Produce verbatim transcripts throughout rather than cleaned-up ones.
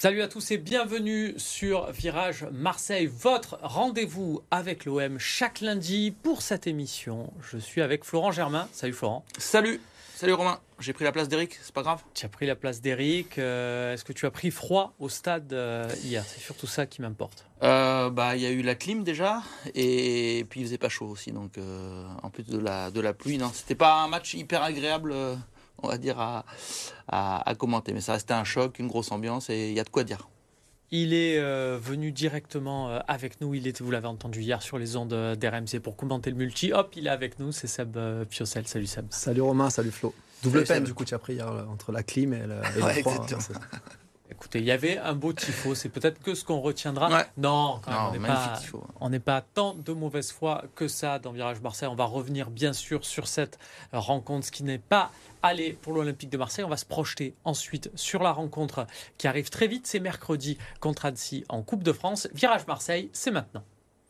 Salut à tous et bienvenue sur Virage Marseille, votre rendez-vous avec l'O M chaque lundi pour cette émission. Je suis avec Florent Germain. Salut Florent. Salut, salut Romain. J'ai pris la place d'Eric, c'est pas grave. Tu as pris la place d'Eric. Euh, est-ce que tu as pris froid au stade euh, hier? C'est surtout ça qui m'importe. Euh, bah, il y a eu la clim déjà, et puis il faisait pas chaud aussi, donc euh, en plus de la, de la pluie, non, c'était pas un match hyper agréable. Euh... on va dire, à, à, à commenter. Mais ça restait un choc, une grosse ambiance et il y a de quoi dire. Il est euh, venu directement euh, avec nous. Il est, vous l'avez entendu hier sur les ondes d'R M C pour commenter le multi. Hop, il est avec nous. C'est Seb euh, Piocel. Salut Seb. Salut Romain, salut Flo. Double Salut, peine Seb. du coup tu as pris hier entre la clim et le, et ouais, le froid. Exactement. Hein, Écoutez, il y avait un beau tifo, c'est peut-être que ce qu'on retiendra. Ouais. Non, quand même, non, on n'est magnifique pas, tifo. on n'est pas tant de mauvaise foi que ça dans Virage Marseille. On va revenir bien sûr sur cette rencontre, ce qui n'est pas allé pour l'Olympique de Marseille. On va se projeter ensuite sur la rencontre qui arrive très vite. C'est mercredi contre Annecy en Coupe de France. Virage Marseille, c'est maintenant.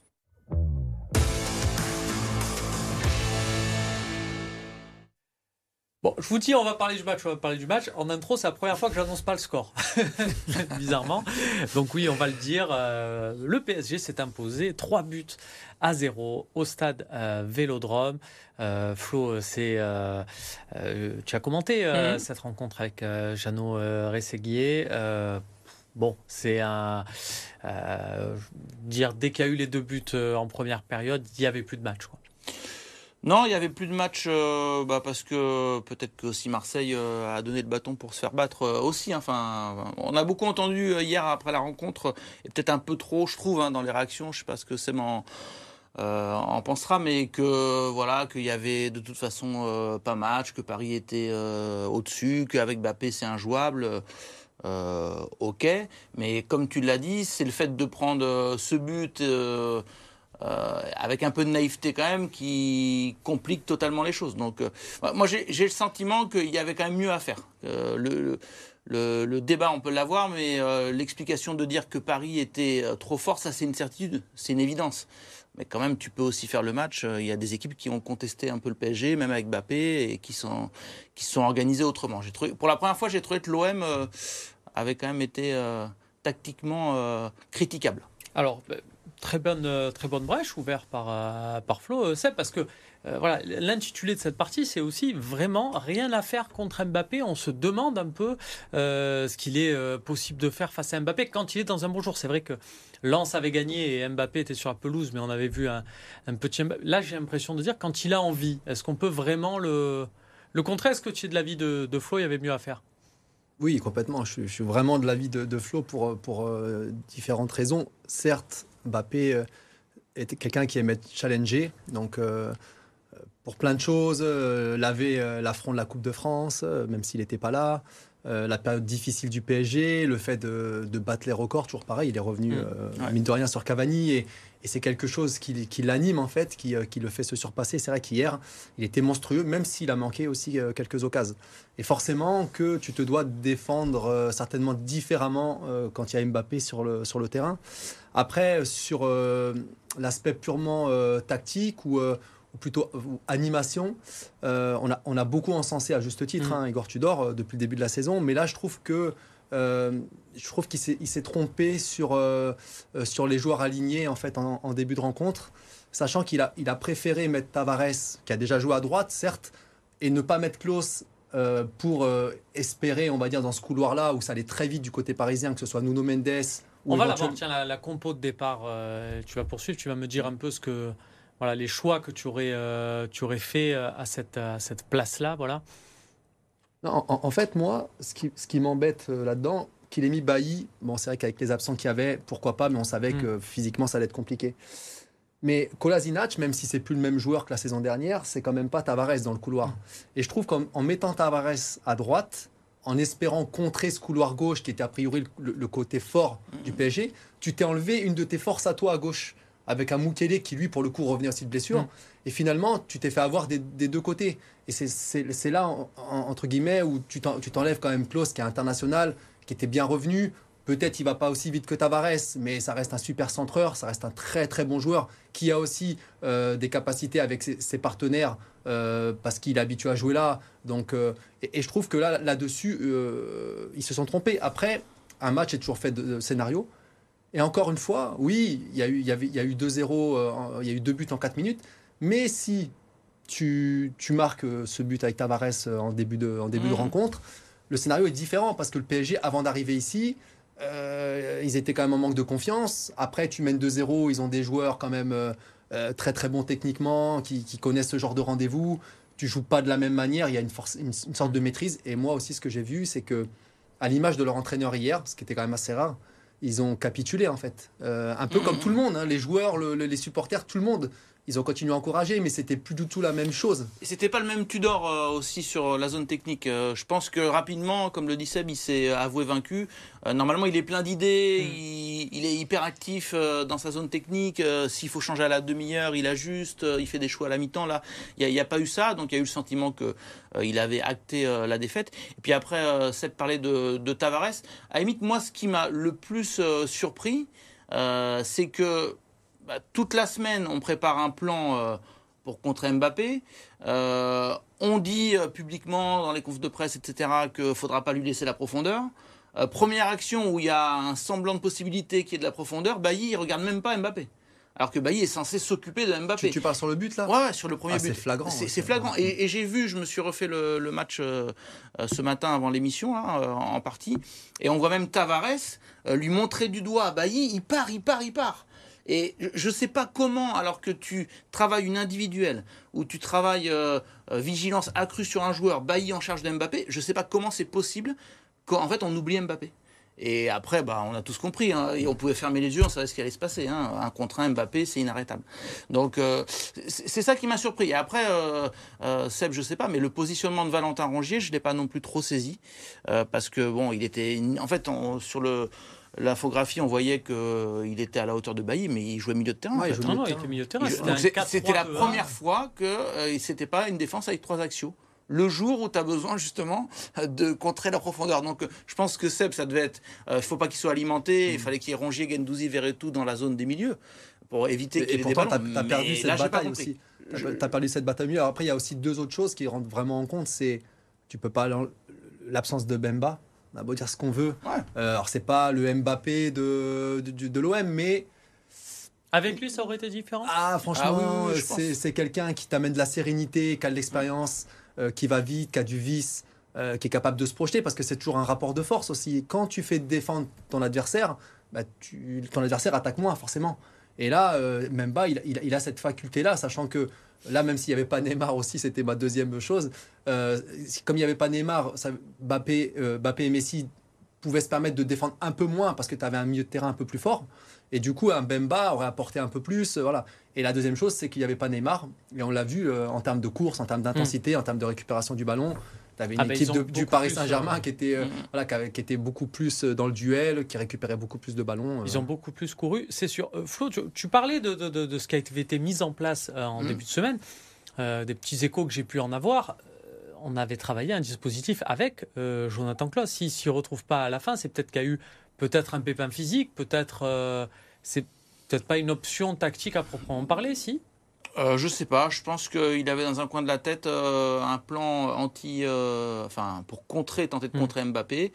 Bon, je vous dis, on va parler du match, on va parler du match. En intro, c'est la première fois que j'annonce pas le score, bizarrement. Donc oui, on va le dire, euh, le P S G s'est imposé trois buts à zéro au stade euh, Vélodrome. Euh, Flo, c'est, euh, euh, tu as commenté euh, mm-hmm. cette rencontre avec euh, Jeannot euh, Rességuier. Euh, bon, c'est un... Euh, dire, dès qu'il y a eu les deux buts euh, en première période, il n'y avait plus de match, quoi. Non, il n'y avait plus de match euh, bah, parce que peut-être que aussi Marseille euh, a donné le bâton pour se faire battre euh, aussi. Hein. Enfin, on a beaucoup entendu hier après la rencontre, et peut-être un peu trop, je trouve, hein, dans les réactions. Je ne sais pas ce que Sam en, euh, en pensera, mais que voilà, qu'il y avait de toute façon euh, pas match, que Paris était euh, au-dessus, qu'avec Mbappé c'est injouable. Euh, ok, mais comme tu l'as dit, c'est le fait de prendre ce but. Euh, Euh, avec un peu de naïveté quand même qui complique totalement les choses. Donc euh, moi j'ai, j'ai le sentiment qu'il y avait quand même mieux à faire. Euh, le, le, le débat on peut l'avoir, mais euh, l'explication de dire que Paris était trop fort, ça c'est une certitude, c'est une évidence. Mais quand même tu peux aussi faire le match. Il y a des équipes qui ont contesté un peu le P S G, même avec Mbappé, et qui sont, qui sont organisées autrement. J'ai trouvé, pour la première fois j'ai trouvé que l'O M euh, avait quand même été euh, tactiquement euh, critiquable. Alors Très bonne, très bonne brèche ouverte par, euh, par Flo, euh, Seb, parce que euh, voilà, l'intitulé de cette partie, c'est aussi vraiment rien à faire contre Mbappé. On se demande un peu euh, ce qu'il est euh, possible de faire face à Mbappé quand il est dans un bon jour. C'est vrai que Lens avait gagné et Mbappé était sur la pelouse, mais on avait vu un, un petit Mbappé. Là, j'ai l'impression de dire, quand il a envie, est-ce qu'on peut vraiment le, le contrer? Est-ce que tu es de l'avis de, de Flo, il y avait mieux à faire? Oui, complètement. Je, je suis vraiment de l'avis de, de Flo pour, pour euh, différentes raisons. Certes, Mbappé euh, était quelqu'un qui aimait challenger, donc euh, pour plein de choses, euh, laver euh, l'affront de la Coupe de France, euh, même s'il n'était pas là, euh, la période difficile du P S G, le fait de, de battre les records, toujours pareil, il est revenu euh, ouais. mine de rien sur Cavani, et, et c'est quelque chose qui, qui l'anime en fait, qui, qui le fait se surpasser. C'est vrai qu'hier, il était monstrueux, même s'il a manqué aussi euh, quelques occasions. Et forcément que tu te dois défendre euh, certainement différemment euh, quand il y a Mbappé sur le, sur le terrain. Après, sur euh, l'aspect purement euh, tactique ou, euh, ou plutôt ou animation, euh, on, a, on a beaucoup encensé à juste titre mmh. hein, Igor Tudor euh, depuis le début de la saison, mais là je trouve que euh, je trouve qu'il s'est, il s'est trompé sur, euh, euh, sur les joueurs alignés en, fait, en, en début de rencontre, sachant qu'il a, il a préféré mettre Tavares, qui a déjà joué à droite, certes, et ne pas mettre Klose euh, pour euh, espérer, on va dire, dans ce couloir-là, où ça allait très vite du côté parisien, que ce soit Nuno Mendes. On va la voir, tiens, la, la compo de départ, euh, tu vas poursuivre, tu vas me dire un peu ce que, voilà, les choix que tu aurais, euh, tu aurais fait à cette, à cette place-là, voilà. Non, en, en fait, moi, ce qui, ce qui m'embête euh, là-dedans, qu'il ait mis Bailly, bon, c'est vrai qu'avec les absents qu'il y avait, pourquoi pas, mais on savait mmh. que physiquement, ça allait être compliqué. Mais Kolasinac, même si c'est plus le même joueur que la saison dernière, c'est quand même pas Tavares dans le couloir. Mmh. Et je trouve qu'en en mettant Tavares à droite, en espérant contrer ce couloir gauche qui était a priori le, le côté fort du P S G, tu t'es enlevé une de tes forces à toi à gauche, avec un Mukele qui lui pour le coup revenait aussi de blessure, mmh. et finalement tu t'es fait avoir des, des deux côtés. Et c'est, c'est, c'est là, en, en, entre guillemets, où tu, t'en, tu t'enlèves quand même Klose qui est international, qui était bien revenu. Peut-être il ne va pas aussi vite que Tavares, mais ça reste un super centreur, ça reste un très très bon joueur qui a aussi euh, des capacités avec ses, ses partenaires euh, parce qu'il est habitué à jouer là. Donc, euh, et, et je trouve que là, là-dessus, euh, ils se sont trompés. Après, un match est toujours fait de, de scénario. Et encore une fois, oui, il y a eu, il y avait, il y a eu deux zéro, euh, il y a eu deux buts en quatre minutes. Mais si tu, tu marques ce but avec Tavares en début, de, en début mmh. de rencontre, le scénario est différent parce que le P S G, avant d'arriver ici, euh, ils étaient quand même en manque de confiance. Après, tu mènes deux zéro, ils ont des joueurs quand même euh, très très bons techniquement, qui, qui connaissent ce genre de rendez-vous. Tu joues pas de la même manière, il y a une, force, une, une sorte de maîtrise. Et moi aussi, ce que j'ai vu, c'est que, à l'image de leur entraîneur hier, ce qui était quand même assez rare, ils ont capitulé en fait. Euh, un peu mmh. comme tout le monde, hein, les joueurs, le, le, les supporters, tout le monde. Ils ont continué à encourager, mais c'était plus du tout la même chose. Et c'était pas le même Tudor euh, aussi sur la zone technique. Euh, je pense que rapidement, comme le dit Seb, il s'est avoué vaincu. Euh, normalement, il est plein d'idées, mmh. il, il est hyper actif euh, dans sa zone technique. Euh, s'il faut changer à la demi-heure, il ajuste, euh, il fait des choix à la mi-temps. Là, il n'y a, a pas eu ça, donc il y a eu le sentiment que euh, il avait acté euh, la défaite. Et puis après, euh, Seb parlait de, de Tavares. À la limite, moi, ce qui m'a le plus euh, surpris, euh, c'est que Bah, toute la semaine, on prépare un plan euh, pour contrer Mbappé. Euh, on dit euh, publiquement dans les confs de presse, et cetera, qu'il ne faudra pas lui laisser la profondeur. Euh, première action où il y a un semblant de possibilité qu'il y ait de la profondeur, Bailly ne regarde même pas Mbappé. Alors que Bailly est censé s'occuper de Mbappé. Tu, tu parles sur le but là ? Ouais, sur le premier ah, but. C'est flagrant. C'est, ouais, c'est flagrant. Et, et j'ai vu, je me suis refait le, le match euh, ce matin avant l'émission, là, euh, en partie. Et on voit même Tavares euh, lui montrer du doigt à Bailly. Il part, il part, il part. Et je ne sais pas comment, alors que tu travailles une individuelle, ou tu travailles euh, euh, vigilance accrue sur un joueur, Bailly en charge de Mbappé, je ne sais pas comment c'est possible qu'en fait on oublie Mbappé. Et après, bah, on a tous compris, hein, et on pouvait fermer les yeux, on savait ce qui allait se passer. Hein. Un contre un, Mbappé, c'est inarrêtable. Donc euh, c'est, c'est ça qui m'a surpris. Et après, euh, euh, Seb, je ne sais pas, mais le positionnement de Valentin Rongier, je ne l'ai pas non plus trop saisi, euh, parce que bon, il était, en fait, on, sur le l'infographie, on voyait qu'il était à la hauteur de Bailly, mais il jouait milieu de terrain. Ouais, en fait. il non, non, il était milieu de terrain. Il, donc c'est, c'était la première fois que euh, c'était pas une défense avec trois axiaux. Le jour où tu as besoin justement de contrer la profondeur. Donc je pense que Seb, ça devait être... Il euh, ne faut pas qu'il soit alimenté, il mmh. fallait qu'il y ait Rongier, Guendouzi, Verretou dans la zone des milieux pour éviter qu'il y ait des ballons. Tu as perdu cette bataille aussi. Tu as perdu cette bataille. Alors après, il y a aussi deux autres choses qui rentrent vraiment en compte. C'est tu peux pas l'absence de Bemba. On a beau dire ce qu'on veut. Ouais. Euh, alors, c'est pas le Mbappé de, de, de, de l'O M, mais. Avec lui, ça aurait été différent ? Ah, franchement, ah oui, oui, c'est, c'est quelqu'un qui t'amène de la sérénité, qui a de l'expérience, euh, qui va vite, qui a du vice, euh, qui est capable de se projeter, parce que c'est toujours un rapport de force aussi. Quand tu fais défendre ton adversaire, bah, tu, ton adversaire attaque moins, forcément. Et là, euh, Mbemba, il, il, il a cette faculté-là, sachant que là, même s'il n'y avait pas Neymar aussi, c'était ma deuxième chose. Euh, comme il n'y avait pas Neymar, ça, Mbappé, euh, Mbappé et Messi pouvaient se permettre de défendre un peu moins parce que tu avais un milieu de terrain un peu plus fort. Et du coup, un Mbemba aurait apporté un peu plus. Euh, voilà. Et la deuxième chose, c'est qu'il n'y avait pas Neymar. Et on l'a vu euh, en termes de course, en termes d'intensité, mmh. en termes de récupération du ballon. Tu avais une ah équipe de, du Paris Saint-Germain euh, qui, était, euh, mmh. voilà, qui, avait, qui était beaucoup plus dans le duel, qui récupérait beaucoup plus de ballons. Euh. Ils ont beaucoup plus couru, c'est sûr. Euh, Flo, tu, tu parlais de, de, de, de ce qui avait été mis en place euh, en mmh. début de semaine. Euh, des petits échos que j'ai pu en avoir. Euh, on avait travaillé un dispositif avec euh, Jonathan Klaus. S'il ne s'y retrouve pas à la fin, c'est peut-être qu'il y a eu peut-être un pépin physique, peut-être euh, c'est peut-être pas une option tactique à proprement parler, si euh, je sais pas, je pense qu'il avait dans un coin de la tête euh, un plan anti, euh, enfin pour contrer, tenter de contrer mmh. Mbappé.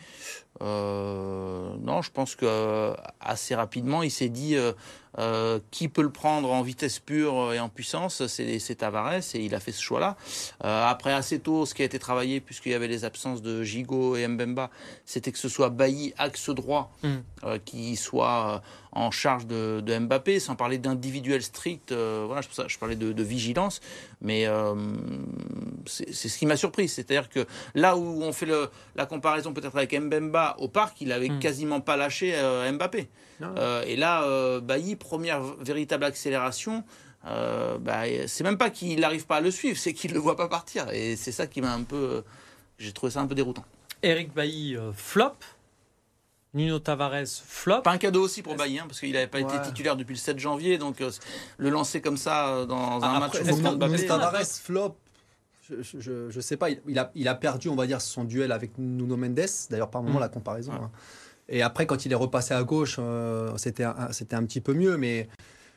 Euh, non, je pense que assez rapidement, il s'est dit euh, euh, qui peut le prendre en vitesse pure et en puissance, c'est, c'est Tavares, et il a fait ce choix-là. Euh, après, assez tôt, ce qui a été travaillé, puisqu'il y avait les absences de Gigot et Mbemba, c'était que ce soit Bailly, axe droit, mmh. euh, qui soit euh, en charge de, de Mbappé, sans parler d'individuel strict. Euh, voilà, c'est pour ça que je parlais de, de vigilance, mais euh, c'est, c'est ce qui m'a surpris. C'est-à-dire que là où on fait le, la comparaison peut-être avec Mbemba au parc, il avait mmh. quasiment pas lâché euh, Mbappé. Euh, et là, euh, Bailly, première véritable accélération, euh, bah, c'est même pas qu'il n'arrive pas à le suivre, c'est qu'il ne le voit pas partir. Et c'est ça qui m'a un peu... Euh, j'ai trouvé ça un peu déroutant. Eric Bailly, euh, flop. Nuno Tavares, flop. Pas un cadeau aussi pour Bailly, hein, parce qu'il n'avait pas ouais. été titulaire depuis le sept janvier, donc euh, le lancer comme ça dans un Après, match... Nuno Mbappé, Tavares, flop. Je ne sais pas, il, il, a, il a perdu, on va dire, son duel avec Nuno Mendes. D'ailleurs, par moment, mmh. la comparaison. Ouais. Hein. Et après, quand il est repassé à gauche, euh, c'était, un, c'était un petit peu mieux. Mais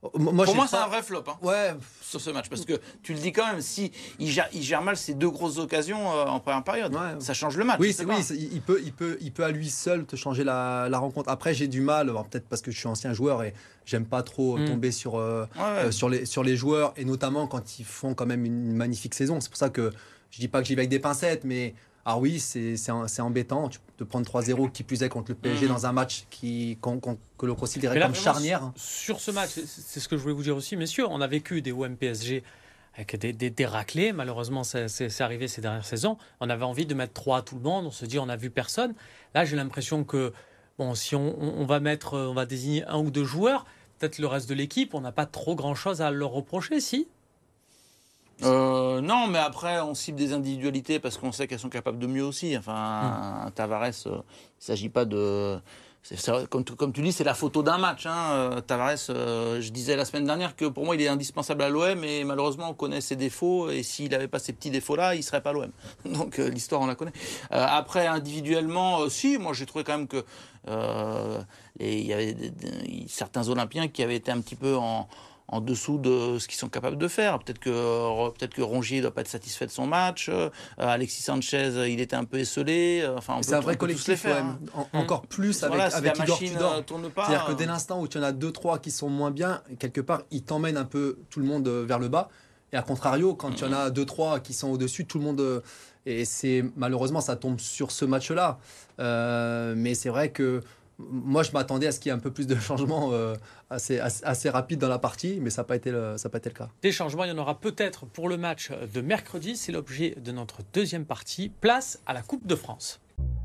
Moi, Pour moi, pas... c'est un vrai flop hein, ouais. sur ce match. Parce que tu le dis quand même, si il gère, il gère mal ces deux grosses occasions euh, en première période, ouais. ça change le match. Oui, c'est, oui c'est, il, peut, il, peut, il peut à lui seul te changer la, la rencontre. Après, j'ai du mal, alors, peut-être parce que je suis ancien joueur et j'aime pas trop mm. tomber sur, euh, ouais, ouais. Euh, sur, les, sur les joueurs, et notamment quand ils font quand même une magnifique saison. C'est pour ça que je dis pas que j'y vais avec des pincettes, mais ah oui, c'est, c'est, c'est embêtant de prendre trois zéro, qui plus est contre le P S G mmh. dans un match qui, qu'on, qu'on, que l'on considérait là, comme charnière. Sur ce match, c'est ce que je voulais vous dire aussi, messieurs, on a vécu des O M P S G avec des, des, des raclés. Malheureusement, c'est, c'est, c'est arrivé ces dernières saisons. On avait envie de mettre trois à tout le monde. On se dit, on n'a vu personne. Là, j'ai l'impression que bon, si on, on, va mettre, on va désigner un ou deux joueurs, peut-être le reste de l'équipe, on n'a pas trop grand-chose à leur reprocher, si Euh, non, mais après, on cible des individualités parce qu'on sait qu'elles sont capables de mieux aussi. Enfin, mmh. Tavares, euh, il ne s'agit pas de... C'est, c'est, comme, tu, comme tu dis, c'est la photo d'un match. Hein. Tavares, euh, je disais la semaine dernière que pour moi, il est indispensable à l'O M, et malheureusement, on connaît ses défauts, et s'il n'avait pas ces petits défauts-là, il ne serait pas à l'O M. Donc, euh, l'histoire, on la connaît. Euh, après, individuellement, euh, si, moi, j'ai trouvé quand même que euh, il y avait des, des, certains Olympiens qui avaient été un petit peu en... en dessous de ce qu'ils sont capables de faire. Peut-être que, peut-être que Rongier ne doit pas être satisfait de son match. Euh, Alexis Sanchez, il était un peu esselé. Enfin, on c'est peut, un vrai on peut collectif, tous les faire. Ouais. En, mmh. Encore plus avec, voilà, avec la Igor machine Tudor. Tourne pas, C'est-à-dire que dès l'instant où tu en as deux trois qui sont moins bien, quelque part, ils t'emmènent un peu tout le monde vers le bas. Et à contrario, quand mmh. tu en as deux trois qui sont au-dessus, tout le monde... Et c'est, malheureusement, ça tombe sur ce match-là. Euh, mais c'est vrai que moi, je m'attendais à ce qu'il y ait un peu plus de changements euh, assez, assez, assez rapides dans la partie, mais ça n'a pas été le, ça n'a pas été le cas. Des changements, il y en aura peut-être pour le match de mercredi. C'est l'objet de notre deuxième partie. Place à la Coupe de France.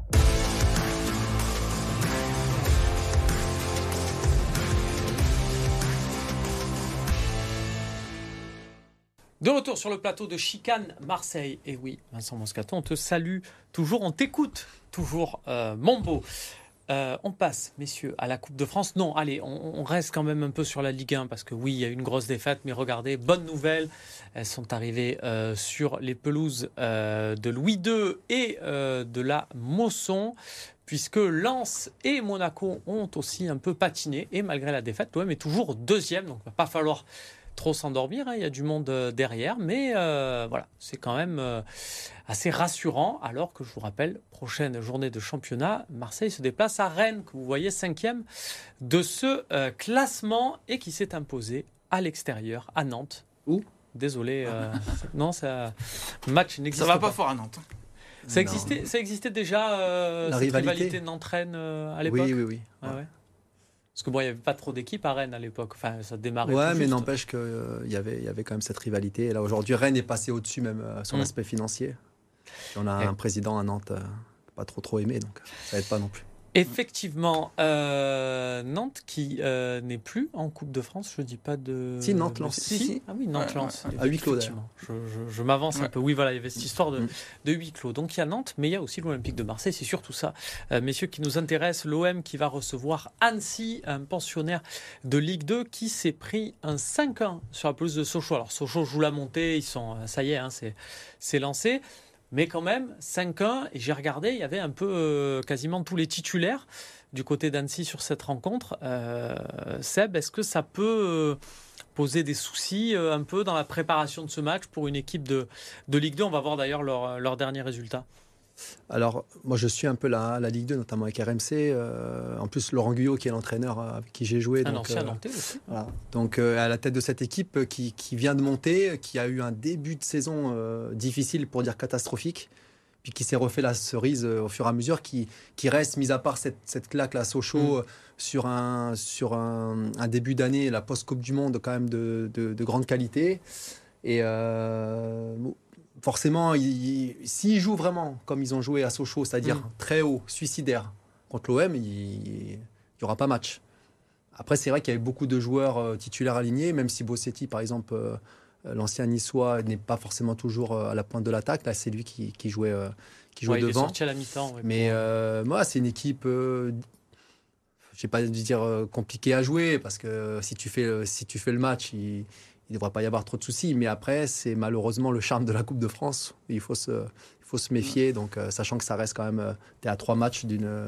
De retour sur le plateau de Chicane Marseille. Et oui, Vincent Moscato, on te salue toujours, on t'écoute toujours, euh, mon beau. Euh, on passe, messieurs, à la Coupe de France. Non, allez, on, on reste quand même un peu sur la Ligue un parce que oui, il y a eu une grosse défaite, mais regardez, bonne nouvelle, elles sont arrivées euh, sur les pelouses euh, de Louis deux et euh, de la Mosson, puisque Lens et Monaco ont aussi un peu patiné, et malgré la défaite, l'O M est toujours deuxième, donc il ne va pas falloir trop s'endormir, hein. Il y a du monde derrière, mais euh, voilà, c'est quand même euh, assez rassurant, alors que je vous rappelle, prochaine journée de championnat, Marseille se déplace à Rennes, que vous voyez cinquième de ce euh, classement, et qui s'est imposé à l'extérieur, à Nantes. Où ? Désolé, euh, non, ça, match n'existe pas. Ça va pas, pas fort à Nantes. Ça existait, ça existait déjà, euh, La cette rivalité, rivalité Nantes-Rennes euh, à l'époque ? Oui, oui, oui. Ah, ouais. Parce que bon, il n'y avait pas trop d'équipes à Rennes à l'époque. Enfin, ça démarrait. Ouais, tout mais juste. n'empêche qu'il euh, y, avait, y avait quand même cette rivalité. Et là, aujourd'hui, Rennes est passé au-dessus même euh, sur mmh. l'aspect financier. Et on a et... un président à Nantes euh, pas trop trop aimé, donc ça aide pas non plus. Effectivement, euh, Nantes qui euh, n'est plus en Coupe de France, je dis pas de... Si, Nantes lance. Si, si. Ah oui, Nantes lance. Ouais, ouais. À huis clos d'ailleurs. Je, je, je m'avance ouais. un peu. Oui, voilà, il y avait cette histoire de, mmh. de huis clos. Donc il y a Nantes, mais il y a aussi l'Olympique de Marseille, c'est surtout ça. Euh, messieurs, qui nous intéresse, l'O M qui va recevoir Annecy, un pensionnaire de Ligue deux qui s'est pris un cinq un sur la pelouse de Sochaux. Alors Sochaux joue la montée, ils sont, ça y est, hein, c'est, c'est lancé. Mais quand même, cinq un, et j'ai regardé, il y avait un peu euh, quasiment tous les titulaires du côté d'Annecy sur cette rencontre. Euh, Seb, est-ce que ça peut euh, poser des soucis euh, un peu dans la préparation de ce match pour une équipe de, de Ligue deux ? On va voir d'ailleurs leurs leur derniers résultats. Alors, moi, je suis un peu la, la Ligue deux, notamment avec R M C. Euh, en plus, Laurent Guyot, qui est l'entraîneur avec qui j'ai joué. Un donc, ancien euh, Nantais aussi. Voilà. Donc, euh, à la tête de cette équipe qui, qui vient de monter, qui a eu un début de saison euh, difficile, pour dire catastrophique, puis qui s'est refait la cerise euh, au fur et à mesure, qui, qui reste, mis à part cette, cette claque là, Sochaux, mmh. sur, un, sur un, un début d'année, la post-Coupe du Monde, quand même de, de, de grande qualité. Et... Euh, forcément, s'ils jouent vraiment comme ils ont joué à Sochaux, c'est-à-dire mmh. très haut, suicidaire, contre l'O M, il n'y aura pas match. Après, c'est vrai qu'il y avait beaucoup de joueurs euh, titulaires alignés, même si Bossetti, par exemple, euh, l'ancien niçois, n'est pas forcément toujours euh, à la pointe de l'attaque. Là, c'est lui qui, qui jouait, euh, qui jouait ouais, devant. Il est sorti à la mi-temps. Ouais, Mais euh, moi, c'est une équipe, euh, je ne vais pas dire euh, compliquée à jouer, parce que si tu fais, si tu fais le match, il il ne devrait pas y avoir trop de soucis, mais après, c'est malheureusement le charme de la Coupe de France. Il faut se, il faut se méfier, donc, euh, sachant que ça reste quand même... Euh, tu es à trois matchs d'une, euh,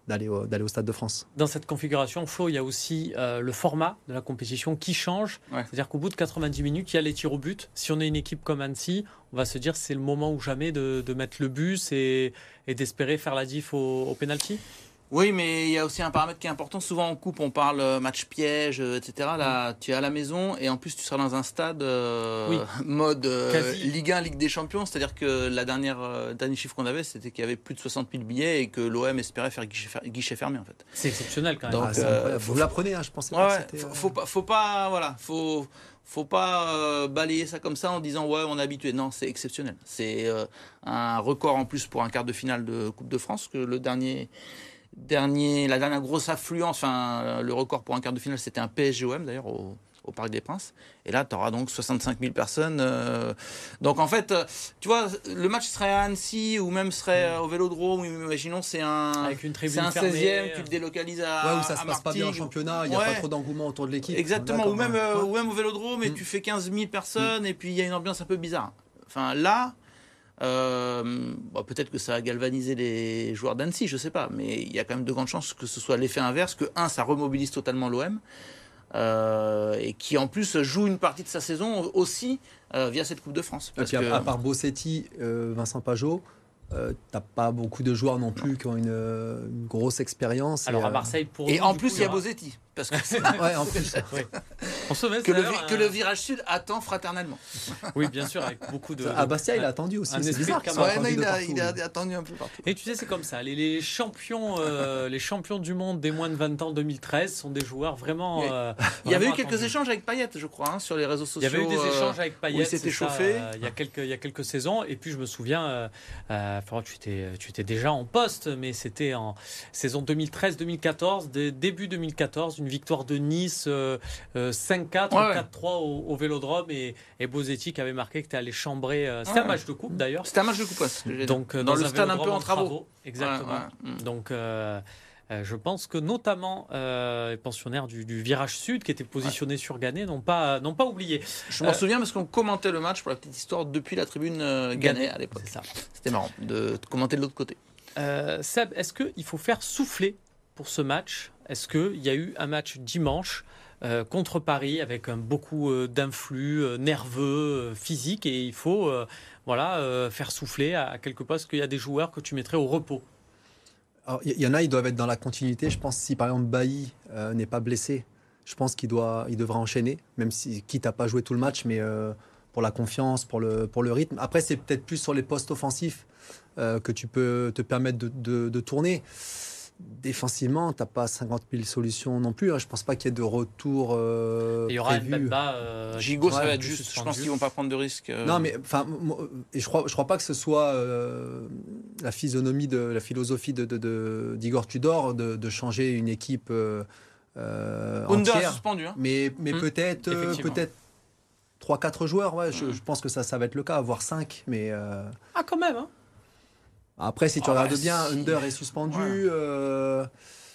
d'aller au, d'aller au Stade de France. Dans cette configuration, Flo, il y a aussi euh, le format de la compétition qui change. Ouais. C'est-à-dire qu'au bout de quatre-vingt-dix minutes, il y a les tirs au but. Si on est une équipe comme Annecy, on va se dire c'est le moment ou jamais de, de mettre le but et, et d'espérer faire la diff au, au pénalty. Oui, mais il y a aussi un paramètre qui est important. Souvent en coupe, on parle match piège, et cetera. Là, mmh. tu es à la maison et en plus, tu seras dans un stade euh, oui. mode euh, Ligue un, Ligue des Champions. C'est-à-dire que la dernière euh, dernier chiffre qu'on avait, c'était qu'il y avait plus de soixante mille billets et que l'O M espérait faire guichet, fer- guichet fermé en fait. C'est exceptionnel quand même. Donc, ah, euh, vous l'apprenez, hein, je pensais ouais, pas que c'était. Faut, faut pas, faut pas, voilà, faut. Faut pas euh, balayer ça comme ça en disant ouais on est habitué. Non, c'est exceptionnel. C'est euh, un record en plus pour un quart de finale de Coupe de France que le dernier. Dernier, la dernière grosse affluence, enfin, le record pour un quart de finale, c'était un P S G O M d'ailleurs au, au Parc des Princes. Et là, tu auras donc soixante-cinq mille personnes. Euh, donc en fait, tu vois, le match serait à Annecy ou même serait au Vélodrome. Imaginons, c'est un, avec une tribune c'est un fermée. seizième, tu le délocalises à. Ouais, où ça se passe pas bien en championnat, il n'y a ouais. pas trop d'engouement autour de l'équipe. Exactement, ou même, ouais. euh, ou même au Vélodrome et mmh. tu fais quinze mille personnes mmh. et puis il y a une ambiance un peu bizarre. Enfin là. Euh, bon, peut-être que ça a galvanisé les joueurs d'Annecy, je sais pas, mais il y a quand même de grandes chances que ce soit l'effet inverse, que un, ça remobilise totalement l'O M euh, et qui en plus joue une partie de sa saison aussi euh, via cette Coupe de France. Parce et puis, que... à, à part Bossetti, euh, Vincent Pajot, euh, t'as pas beaucoup de joueurs non plus non. qui ont une, une grosse expérience. Alors et, à Marseille, pour et nous, en plus il y a aura... Bossetti. Parce que ouais, en plus. oui. On se met que, le, un... que le virage sud attend fraternellement. Oui, bien sûr, avec beaucoup de. À Bastia, il a attendu aussi. C'est bizarre. Ouais, non, il, a, il a attendu un peu partout. Et tu sais, c'est comme ça. Les, les champions, euh, les champions du monde des moins de vingt ans deux mille treize sont des joueurs vraiment. Euh, il y avait eu attendus. quelques échanges avec Payet, je crois, hein, sur les réseaux sociaux. Il y avait eu des échanges avec Payet. Il s'était chauffé. Ça, euh, il y a quelques, il y a quelques saisons. Et puis je me souviens, euh, euh, tu étais, tu étais déjà en poste, mais c'était en saison deux mille treize deux mille quatorze, début deux mille quatorze, une victoire de Nice. Euh, Euh, cinq quatre, ouais, quatre trois au, au Vélodrome et, et Bossetti qui avait marqué que tu allais chambrer. Euh, c'était ouais. un match de coupe d'ailleurs. C'était un match de coupe, ouais, donc euh, dans, dans le un stade un peu en travaux. travaux. Exactement. Ouais, ouais. Donc euh, euh, je pense que notamment euh, les pensionnaires du, du virage sud qui étaient positionnés ouais. sur Gannet n'ont pas, n'ont pas oublié. Je m'en euh, souviens parce qu'on commentait le match pour la petite histoire depuis la tribune euh, Gannet à l'époque. C'est ça. C'était marrant de, de commenter de l'autre côté. Euh, Seb, est-ce qu'il faut faire souffler pour ce match ? Est-ce qu'il y a eu un match dimanche Euh, contre Paris avec un, beaucoup euh, d'influx euh, nerveux, euh, physiques et il faut euh, voilà, euh, faire souffler à, à quelque part. Est-ce qu'il y a des joueurs que tu mettrais au repos ? Il y en a, ils doivent être dans la continuité. Je pense si par exemple Bailly euh, n'est pas blessé, je pense qu'il doit, il devrait enchaîner, même si quitte à pas jouer tout le match, mais euh, pour la confiance, pour le, pour le rythme. Après, c'est peut-être plus sur les postes offensifs euh, que tu peux te permettre de, de, de tourner. Défensivement, tu n'as pas cinquante mille solutions non plus. Hein. Je ne pense pas qu'il y ait de retour euh, il y aura prévu. Mbemba. Euh, Gigot, ça va être juste. Je pense qu'ils ne vont pas prendre de risques. Euh... Non, mais enfin, et je crois, je crois pas que ce soit euh, la physionomie de la philosophie de, de, de d'Igor Tudor de, de changer une équipe euh, euh, entière. Suspendu. Hein. Mais, mais hum, peut-être, euh, peut-être trois quatre joueurs. Ouais, hum. je, je pense que ça, ça va être le cas, voire cinq. Mais euh... ah, quand même. Hein. Après, si tu ah regardes bah, bien, si. Under est suspendu. Ouais. Euh,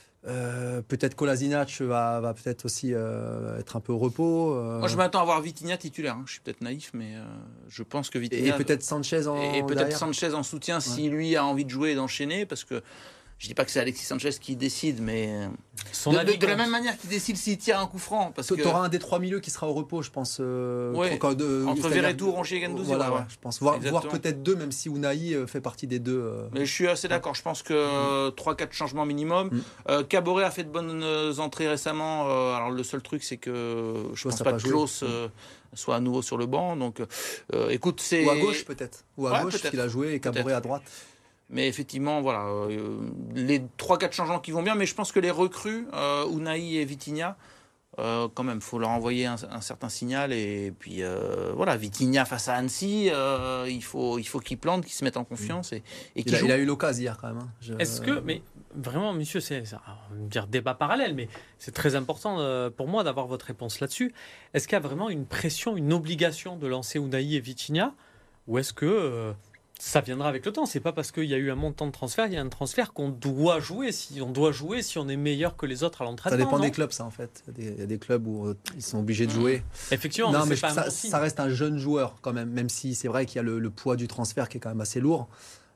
euh, peut-être Kolasinac va, va peut-être aussi euh, être un peu au repos. Euh... Moi, je m'attends à voir Vitinha titulaire. Hein. Je suis peut-être naïf, mais euh, je pense que Vitinha. Et peut-être Sanchez en Et peut-être derrière. Sanchez en soutien ouais. si lui a envie de jouer et d'enchaîner, parce que. Je dis pas que c'est Alexis Sanchez qui décide, mais Son de, de, de la même manière qu'il décide s'il tire un coup franc. Parce que t'auras un des trois milieux qui sera au repos, je pense. Euh, ouais. entre de, entre Verretou, Rongier et Guendouzi. Voilà, ouais. ouais, je pense. Voir, voir peut-être deux, même si Unai fait partie des deux. Euh... Mais je suis assez d'accord. Je pense que mmh. trois quatre changements minimum. Mmh. Euh, Caboret a fait de bonnes entrées récemment. Euh, alors le seul truc, c'est que je ne pense pas que Klaus euh, soit à nouveau sur le banc. Donc, euh, écoute, c'est. Ou à gauche peut-être. Ou à ouais, gauche qu'il a joué et Caboret à droite. Mais effectivement, voilà, euh, les trois quatre changements qui vont bien. Mais je pense que les recrues, euh, Unai et Vitinha, euh, quand même, il faut leur envoyer un, un certain signal. Et puis, euh, voilà, Vitinha face à Annecy, euh, il faut, il faut qu'ils plantent, qu'ils se mettent en confiance. Et, et il, a, il a eu l'occasion hier, quand même. Hein. Je... Est-ce que, mais vraiment, monsieur, c'est, c'est on va dire débat parallèle, mais c'est très important euh, pour moi d'avoir votre réponse là-dessus. Est-ce qu'il y a vraiment une pression, une obligation de lancer Unai et Vitinha, ou est-ce que... Euh, ça viendra avec le temps. C'est pas parce qu'il y a eu un montant de transfert, il y a un transfert qu'on doit jouer. Si on doit jouer, si on est meilleur que les autres à l'entraînement. Ça dépend non des clubs, ça en fait. Il y, a des, il y a des clubs où ils sont obligés de jouer. Effectivement, non, mais, mais c'est pas ça, un bon ça reste un jeune joueur quand même. Même si c'est vrai qu'il y a le, le poids du transfert qui est quand même assez lourd.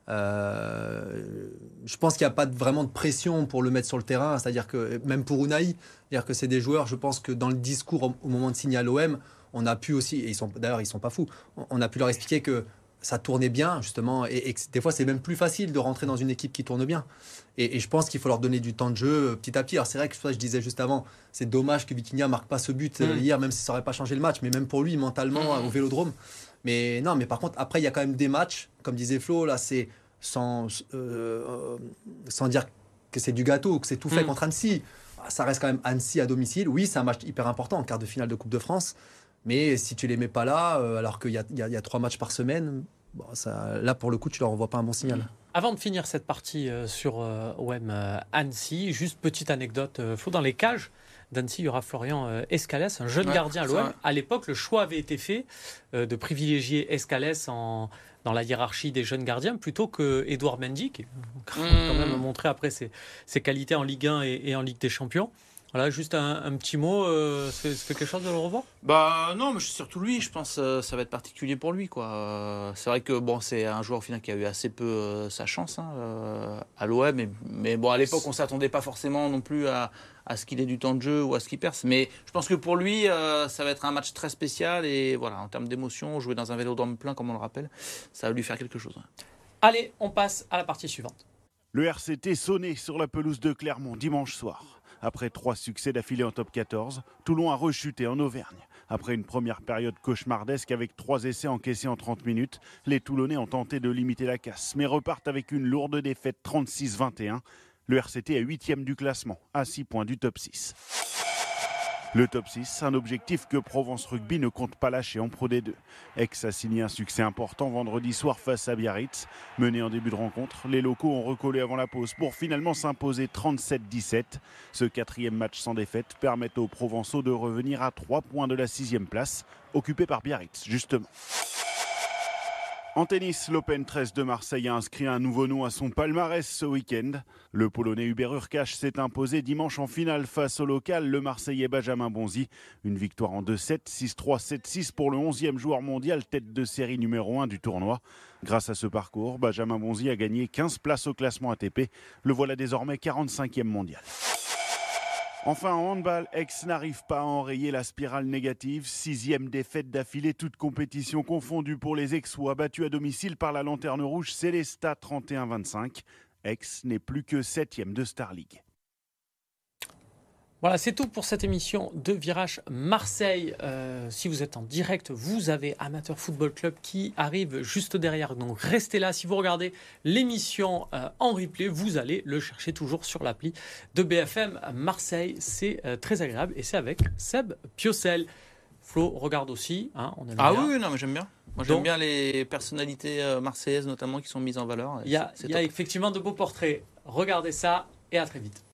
Euh, je pense qu'il n'y a pas de, vraiment de pression pour le mettre sur le terrain, c'est-à-dire que même pour Unai, c'est-à-dire que c'est des joueurs, je pense que dans le discours au, au moment de signer à l'O M, on a pu aussi, et ils sont, d'ailleurs ils sont pas fous, on, on a pu leur expliquer que ça tournait bien justement, et, et que des fois c'est même plus facile de rentrer dans une équipe qui tourne bien. Et, et je pense qu'il faut leur donner du temps de jeu petit à petit. Alors c'est vrai que je disais juste avant, c'est dommage que Vitinha marque pas ce but mmh. hier, même si ça n'aurait pas changé le match, mais même pour lui mentalement mmh. au Vélodrome. Mais non, mais par contre, après, il y a quand même des matchs, comme disait Flo, là, c'est sans, euh, sans dire que c'est du gâteau, que c'est tout fait mmh. contre Annecy. Ça reste quand même Annecy à domicile. Oui, c'est un match hyper important en quart de finale de Coupe de France. Mais si tu les mets pas là, euh, alors qu'il y a, il y, a, il y a trois matchs par semaine, bon, ça, là, pour le coup, tu leur envoies pas un bon signal. Mmh. Avant de finir cette partie euh, sur euh, O M euh, Annecy, juste petite anecdote, euh, Flo, dans les cages d'Annecy, il y aura Florian euh, Escalès, un jeune ouais, gardien à l'O M. À l'époque, le choix avait été fait euh, de privilégier Escalès en, dans la hiérarchie des jeunes gardiens plutôt que Edouard Mendy, qui a mmh. quand même montré après ses, ses qualités en Ligue un et, et en Ligue des Champions. Voilà, juste un, un petit mot, euh, c'est, c'est quelque chose de le revoir ? Bah non, mais surtout lui, je pense que ça va être particulier pour lui, quoi. Euh, c'est vrai que bon, c'est un joueur au final qui a eu assez peu euh, sa chance hein, euh, à l'O M, mais, mais bon, à l'époque, on s'attendait pas forcément non plus à, à ce qu'il ait du temps de jeu ou à ce qu'il perce. Mais je pense que pour lui, euh, ça va être un match très spécial et voilà, en termes d'émotion, jouer dans un Vélodrome plein, comme on le rappelle, ça va lui faire quelque chose. Hein. Allez, on passe à la partie suivante. Le R C T sonné sur la pelouse de Clermont dimanche soir. Après trois succès d'affilée en top quatorze, Toulon a rechuté en Auvergne. Après une première période cauchemardesque avec trois essais encaissés en trente minutes, les Toulonnais ont tenté de limiter la casse, mais repartent avec une lourde défaite trente-six vingt et un. Le R C T est huitième du classement, à six points du top six. Le top six, un objectif que Provence Rugby ne compte pas lâcher en Pro D deux. Aix a signé un succès important vendredi soir face à Biarritz. Mené en début de rencontre, les locaux ont recollé avant la pause pour finalement s'imposer trente-sept dix-sept. Ce quatrième match sans défaite permet aux Provençaux de revenir à trois points de la sixième place, occupée par Biarritz justement. En tennis, l'Open treize de Marseille a inscrit un nouveau nom à son palmarès ce week-end. Le Polonais Hubert Hurkacz s'est imposé dimanche en finale face au local, le Marseillais Benjamin Bonzi. Une victoire en deux sept, six trois, sept six pour le onzième joueur mondial, tête de série numéro un du tournoi. Grâce à ce parcours, Benjamin Bonzi a gagné quinze places au classement A T P. Le voilà désormais quarante-cinquième mondial. Enfin, en handball, Aix n'arrive pas à enrayer la spirale négative. Sixième défaite d'affilée, toute compétition confondue pour les Aixois, battus à domicile par la Lanterne Rouge Célestat trente et un vingt-cinq. Aix n'est plus que septième de Star League. Voilà, c'est tout pour cette émission de Virage Marseille. Euh, si vous êtes en direct, vous avez Amateur Football Club qui arrive juste derrière. Donc restez là. Si vous regardez l'émission euh, en replay, vous allez le chercher toujours sur l'appli de B F M Marseille. C'est euh, très agréable et c'est avec Seb Piocel. Flo regarde aussi. Hein, on aime ah bien. oui, non, mais j'aime bien. Moi, j'aime Donc, bien les personnalités euh, marseillaises notamment qui sont mises en valeur. Il y a, y a effectivement de beaux portraits. Regardez ça et à très vite.